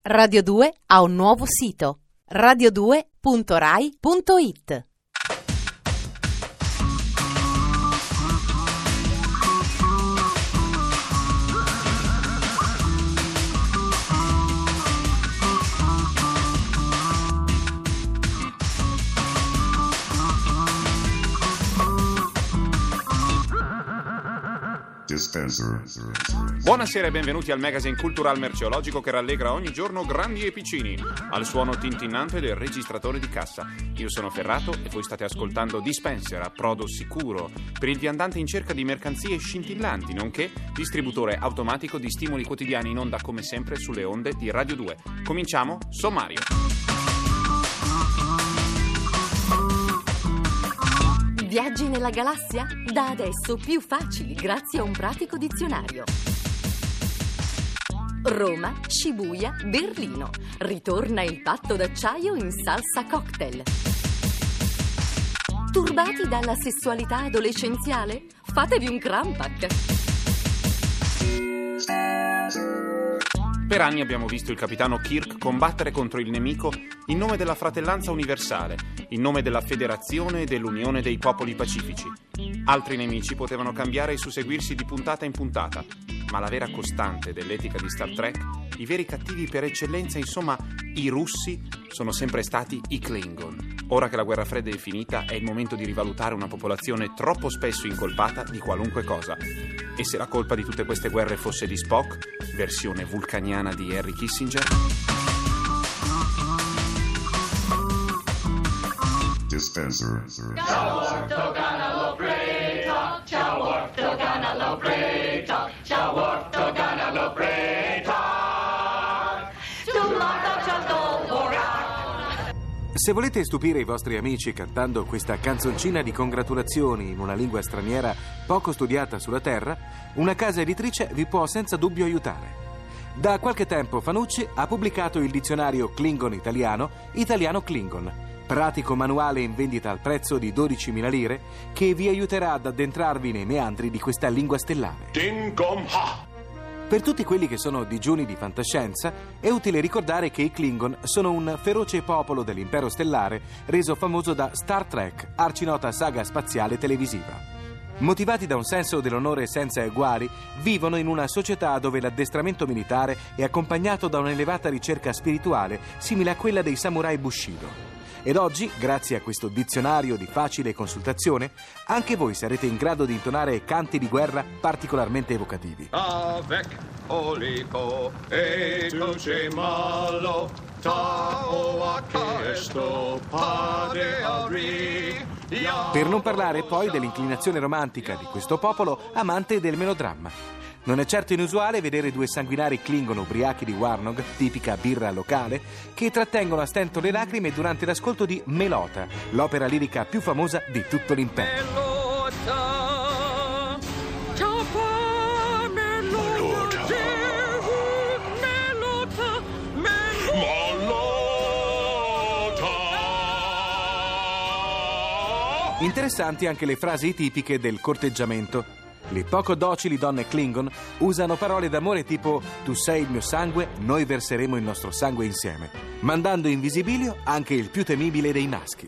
Radio 2 ha un nuovo sito: radio2.rai.it. Buonasera e benvenuti al magazine cultural merceologico che rallegra ogni giorno grandi e piccini, al suono tintinnante del registratore di cassa. Io sono Ferrato e voi state ascoltando Dispenser, approdo sicuro per il viandante in cerca di mercanzie scintillanti, nonché distributore automatico di stimoli quotidiani in onda come sempre sulle onde di Radio 2. Cominciamo, sommario. Viaggi nella galassia? Da adesso più facili grazie a un pratico dizionario. Roma, Shibuya, Berlino. Ritorna il patto d'acciaio in salsa cocktail. Turbati dalla sessualità adolescenziale? Fatevi un Crampac. Per anni abbiamo visto il capitano Kirk combattere contro il nemico in nome della fratellanza universale, in nome della federazione e dell'unione dei popoli pacifici. Altri nemici potevano cambiare e susseguirsi di puntata in puntata, ma la vera costante dell'etica di Star Trek, i veri cattivi per eccellenza, insomma, i russi, sono sempre stati i Klingon. Ora che la guerra fredda è finita, è il momento di rivalutare una popolazione troppo spesso incolpata di qualunque cosa. E se la colpa di tutte queste guerre fosse di Spock, versione vulcaniana di Henry Kissinger? Dispenser. Se volete stupire i vostri amici cantando questa canzoncina di congratulazioni in una lingua straniera poco studiata sulla Terra, una casa editrice vi può senza dubbio aiutare. Da qualche tempo Fanucci ha pubblicato il dizionario Klingon Italiano, Italiano Klingon, pratico manuale in vendita al prezzo di 12.000 lire che vi aiuterà ad addentrarvi nei meandri di questa lingua stellare. Per tutti quelli che sono digiuni di fantascienza, è utile ricordare che i Klingon sono un feroce popolo dell'impero stellare reso famoso da Star Trek, arcinota saga spaziale televisiva. Motivati da un senso dell'onore senza eguali, vivono in una società dove l'addestramento militare è accompagnato da un'elevata ricerca spirituale simile a quella dei samurai Bushido. Ed oggi, grazie a questo dizionario di facile consultazione, anche voi sarete in grado di intonare canti di guerra particolarmente evocativi. Avec Olico e Duce Malo, Tao a questo padre Ari. Per non parlare poi dell'inclinazione romantica di questo popolo amante del melodramma. Non è certo inusuale vedere due sanguinari Klingon ubriachi di Warnog, tipica birra locale, che trattengono a stento le lacrime durante l'ascolto di Melota, l'opera lirica più famosa di tutto l'impero. Interessanti anche le frasi tipiche del corteggiamento. Le poco docili donne Klingon usano parole d'amore tipo «Tu sei il mio sangue, noi verseremo il nostro sangue insieme», mandando in visibilio anche il più temibile dei maschi.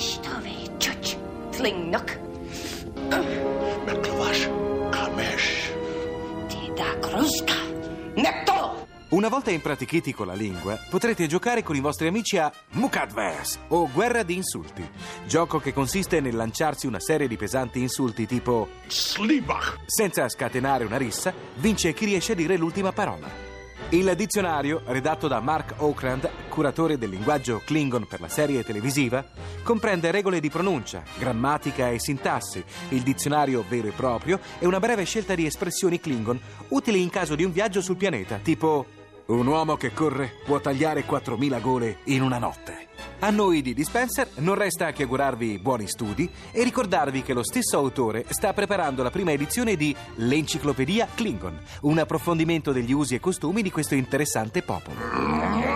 Una volta impratichiti con la lingua, potrete giocare con i vostri amici a Mukadvers o Guerra di insulti, gioco che consiste nel lanciarsi una serie di pesanti insulti tipo Slibach. Senza scatenare una rissa, vince chi riesce a dire l'ultima parola. Il dizionario, redatto da Mark Okrand, curatore del linguaggio Klingon per la serie televisiva, comprende regole di pronuncia, grammatica e sintassi, il dizionario vero e proprio e una breve scelta di espressioni Klingon utili in caso di un viaggio sul pianeta, tipo un uomo che corre può tagliare 4.000 gole in una notte. A noi di Dispenser non resta che augurarvi buoni studi e ricordarvi che lo stesso autore sta preparando la prima edizione di L'Enciclopedia Klingon, un approfondimento degli usi e costumi di questo interessante popolo.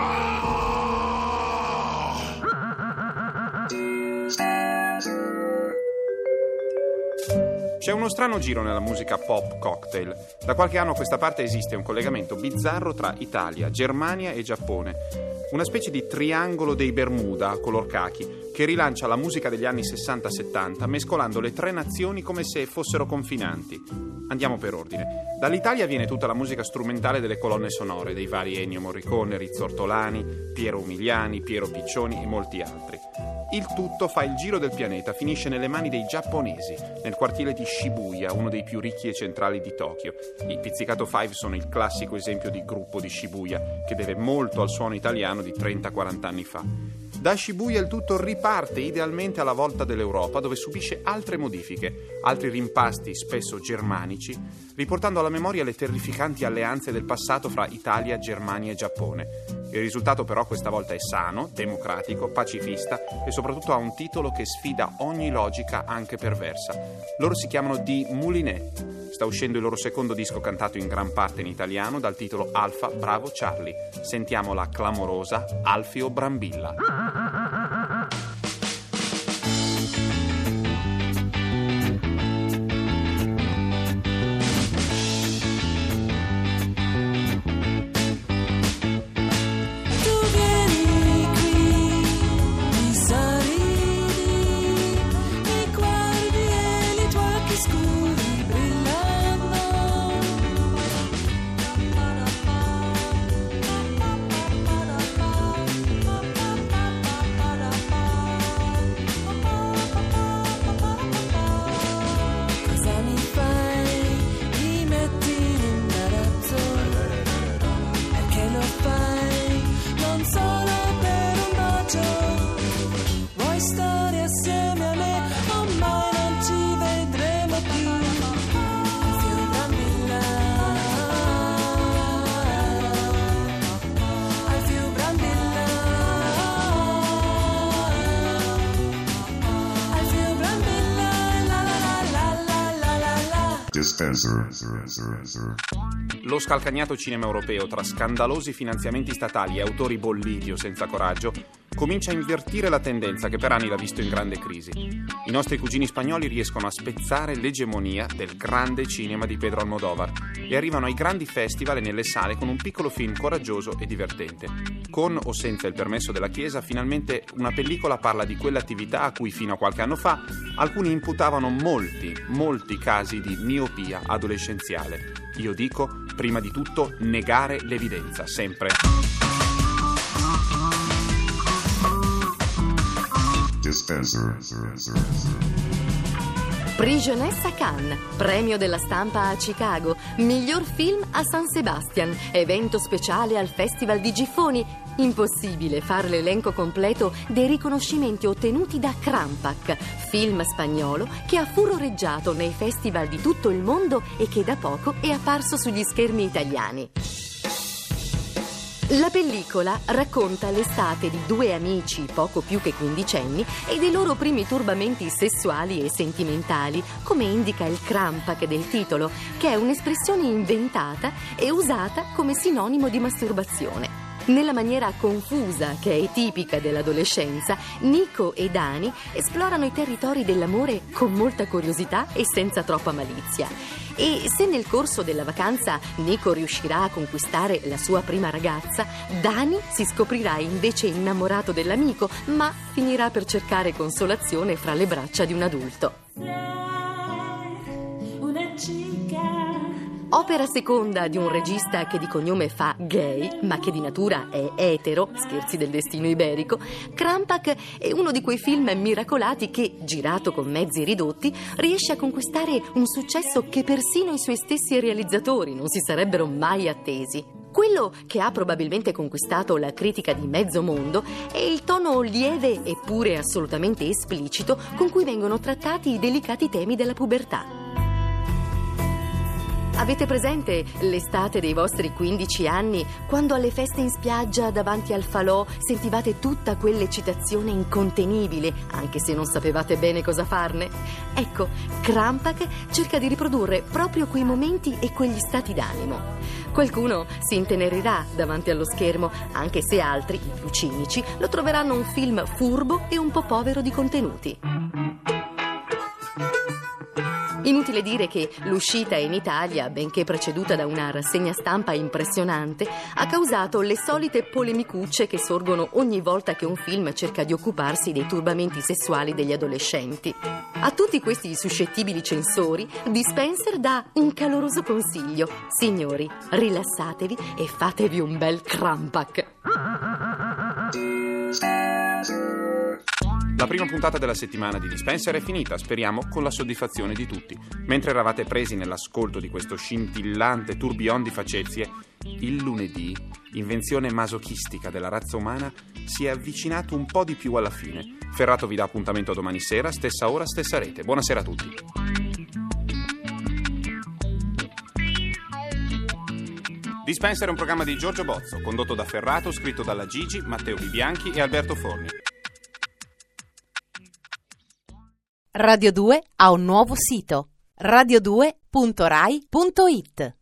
C'è uno strano giro nella musica pop cocktail. Da qualche anno a questa parte esiste un collegamento bizzarro tra Italia, Germania e Giappone. Una specie di triangolo dei Bermuda color cachi che rilancia la musica degli anni 60-70 mescolando le tre nazioni come se fossero confinanti. Andiamo per ordine. Dall'Italia viene tutta la musica strumentale delle colonne sonore dei vari Ennio Morricone, Rizzo Ortolani, Piero Umiliani, Piero Piccioni e molti altri. Il tutto fa il giro del pianeta, finisce nelle mani dei giapponesi, nel quartiere di Shibuya, uno dei più ricchi e centrali di Tokyo. I Pizzicato 5 sono il classico esempio di gruppo di Shibuya, che deve molto al suono italiano di 30-40 anni fa. Da Shibuya il tutto riparte idealmente alla volta dell'Europa, dove subisce altre modifiche, altri rimpasti spesso germanici, riportando alla memoria le terrificanti alleanze del passato fra Italia, Germania e Giappone. Il risultato però questa volta è sano, democratico, pacifista e soprattutto ha un titolo che sfida ogni logica anche perversa. Loro si chiamano Die Moulinet. Sta uscendo il loro secondo disco cantato in gran parte in italiano dal titolo Alfa Bravo Charlie. Sentiamo la clamorosa Alfio Brambilla. Lo scalcagnato cinema europeo, tra scandalosi finanziamenti statali e autori bolliti o senza coraggio, comincia a invertire la tendenza che per anni l'ha visto in grande crisi. I nostri cugini spagnoli riescono a spezzare l'egemonia del grande cinema di Pedro Almodóvar e arrivano ai grandi festival e nelle sale con un piccolo film coraggioso e divertente. Con o senza il permesso della Chiesa, finalmente una pellicola parla di quell'attività a cui fino a qualche anno fa alcuni imputavano molti casi di miopia adolescenziale. Io dico, prima di tutto, negare l'evidenza, sempre. Prigionessa a Cannes, premio della stampa a Chicago, miglior film a San Sebastian, evento speciale al Festival di Giffoni. Impossibile fare l'elenco completo dei riconoscimenti ottenuti da Crampac, film spagnolo che ha furoreggiato nei festival di tutto il mondo e che da poco è apparso sugli schermi italiani. La pellicola racconta l'estate di due amici poco più che quindicenni e dei loro primi turbamenti sessuali e sentimentali, come indica il Crampac del titolo, che è un'espressione inventata e usata come sinonimo di masturbazione. Nella maniera confusa che è tipica dell'adolescenza, Nico e Dani esplorano i territori dell'amore con molta curiosità e senza troppa malizia. E se nel corso della vacanza Nico riuscirà a conquistare la sua prima ragazza, Dani si scoprirà invece innamorato dell'amico, ma finirà per cercare consolazione fra le braccia di un adulto. Opera seconda di un regista che di cognome fa gay, ma che di natura è etero, scherzi del destino iberico, Crampac è uno di quei film miracolati che, girato con mezzi ridotti, riesce a conquistare un successo che persino i suoi stessi realizzatori non si sarebbero mai attesi. Quello che ha probabilmente conquistato la critica di mezzo mondo è il tono lieve eppure assolutamente esplicito con cui vengono trattati i delicati temi della pubertà. Avete presente l'estate dei vostri 15 anni, quando alle feste in spiaggia davanti al falò sentivate tutta quell'eccitazione incontenibile, anche se non sapevate bene cosa farne? Ecco, Crampac cerca di riprodurre proprio quei momenti e quegli stati d'animo. Qualcuno si intenerirà davanti allo schermo, anche se altri, i più cinici, lo troveranno un film furbo e un po' povero di contenuti. Inutile dire che l'uscita in Italia, benché preceduta da una rassegna stampa impressionante, ha causato le solite polemicucce che sorgono ogni volta che un film cerca di occuparsi dei turbamenti sessuali degli adolescenti. A tutti questi suscettibili censori, Dispenser dà un caloroso consiglio. Signori, rilassatevi e fatevi un bel crampak. La prima puntata della settimana di Dispenser è finita, speriamo con la soddisfazione di tutti. Mentre eravate presi nell'ascolto di questo scintillante tourbillon di facezie, il lunedì, invenzione masochistica della razza umana, si è avvicinato un po' di più alla fine. Ferrato vi dà appuntamento domani sera, stessa ora, stessa rete. Buonasera a tutti. Dispenser è un programma di Giorgio Bozzo, condotto da Ferrato, scritto dalla Gigi, Matteo Bibianchi e Alberto Forni. Radio 2 ha un nuovo sito: radio2.rai.it.